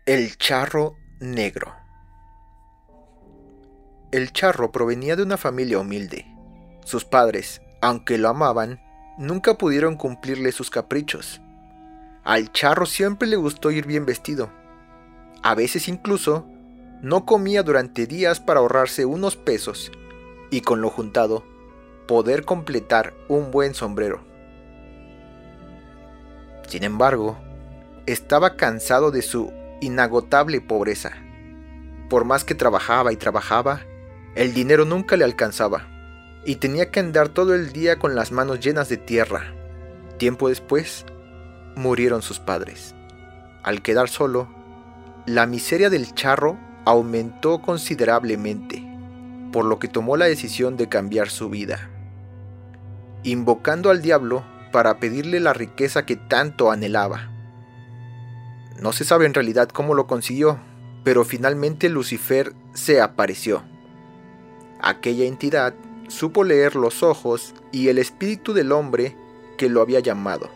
El charro negro. El charro provenía de una familia humilde. Sus padres, aunque lo amaban, nunca pudieron cumplirle sus caprichos. Al charro siempre le gustó ir bien vestido. A veces incluso no comía durante días para ahorrarse unos pesos y con lo juntado poder completar un buen sombrero. Sin embargo, estaba cansado de su inagotable pobreza. Por más que trabajaba y trabajaba, el dinero nunca le alcanzaba y tenía que andar todo el día con las manos llenas de tierra. Tiempo después, murieron sus padres. Al quedar solo, la miseria del charro aumentó considerablemente, por lo que tomó la decisión de cambiar su vida, invocando al diablo para pedirle la riqueza que tanto anhelaba. No se sabe en realidad cómo lo consiguió, pero finalmente Lucifer se apareció. Aquella entidad supo leer los ojos y el espíritu del hombre que lo había llamado.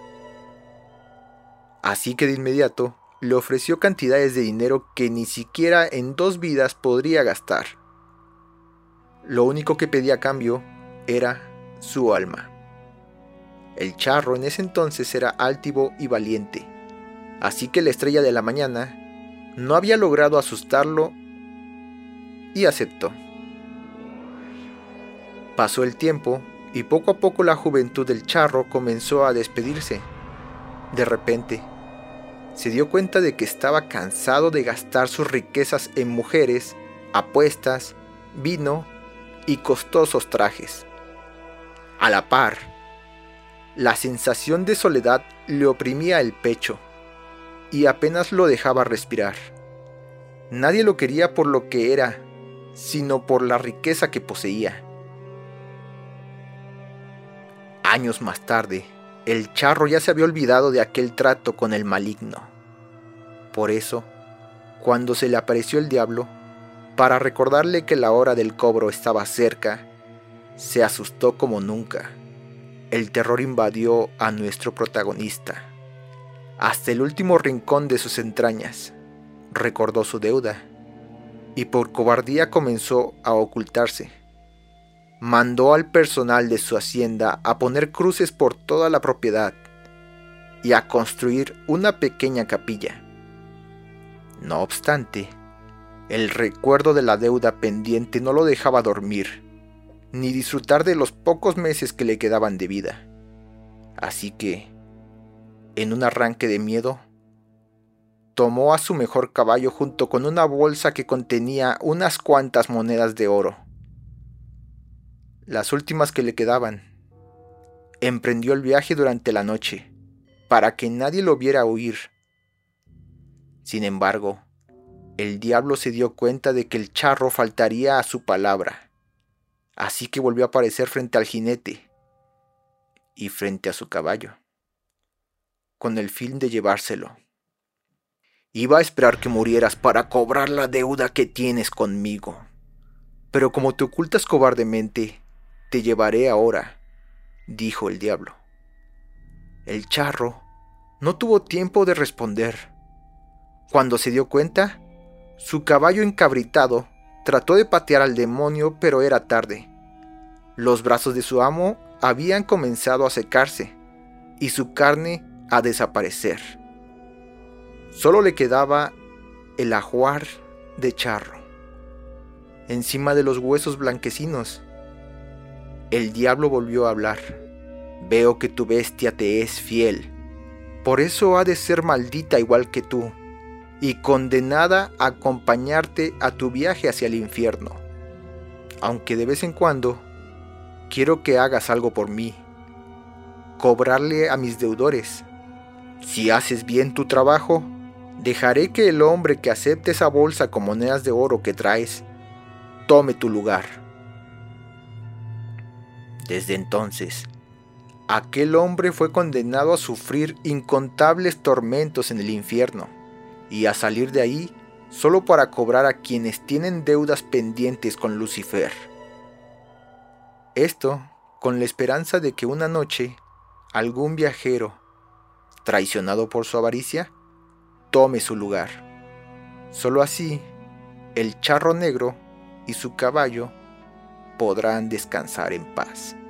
Así que de inmediato le ofreció cantidades de dinero que ni siquiera en 2 vidas podría gastar. Lo único que pedía a cambio era su alma. El charro en ese entonces era altivo y valiente, así que la estrella de la mañana no había logrado asustarlo y aceptó. Pasó el tiempo y poco a poco la juventud del charro comenzó a despedirse. De repente, se dio cuenta de que estaba cansado de gastar sus riquezas en mujeres, apuestas, vino y costosos trajes. A la par, la sensación de soledad le oprimía el pecho y apenas lo dejaba respirar. Nadie lo quería por lo que era, sino por la riqueza que poseía. Años más tarde, el charro ya se había olvidado de aquel trato con el maligno. Por eso, cuando se le apareció el diablo, para recordarle que la hora del cobro estaba cerca, se asustó como nunca. El terror invadió a nuestro protagonista. Hasta el último rincón de sus entrañas, recordó su deuda, y por cobardía comenzó a ocultarse. Mandó al personal de su hacienda a poner cruces por toda la propiedad y a construir una pequeña capilla. No obstante, el recuerdo de la deuda pendiente no lo dejaba dormir, ni disfrutar de los pocos meses que le quedaban de vida. Así que, en un arranque de miedo, tomó a su mejor caballo junto con una bolsa que contenía unas cuantas monedas de oro, las últimas que le quedaban. Emprendió el viaje durante la noche, para que nadie lo viera huir. Sin embargo, el diablo se dio cuenta de que el charro faltaría a su palabra, así que volvió a aparecer frente al jinete y frente a su caballo, con el fin de llevárselo. Iba a esperar que murieras para cobrar la deuda que tienes conmigo, pero como te ocultas cobardemente, te llevaré ahora, dijo el diablo. El charro no tuvo tiempo de responder. Cuando se dio cuenta, su caballo encabritado trató de patear al demonio, pero era tarde. Los brazos de su amo habían comenzado a secarse y su carne a desaparecer. Solo le quedaba el ajuar de charro encima de los huesos blanquecinos. El diablo volvió a hablar. Veo que tu bestia te es fiel. Por eso ha de ser maldita igual que tú y condenada a acompañarte a tu viaje hacia el infierno. Aunque de vez en cuando quiero que hagas algo por mí. Cobrarle a mis deudores. Si haces bien tu trabajo, dejaré que el hombre que acepte esa bolsa con monedas de oro que traes tome tu lugar. Desde entonces, aquel hombre fue condenado a sufrir incontables tormentos en el infierno y a salir de ahí solo para cobrar a quienes tienen deudas pendientes con Lucifer. Esto con la esperanza de que una noche algún viajero, traicionado por su avaricia, tome su lugar. Solo así, el charro negro y su caballo podrán descansar en paz.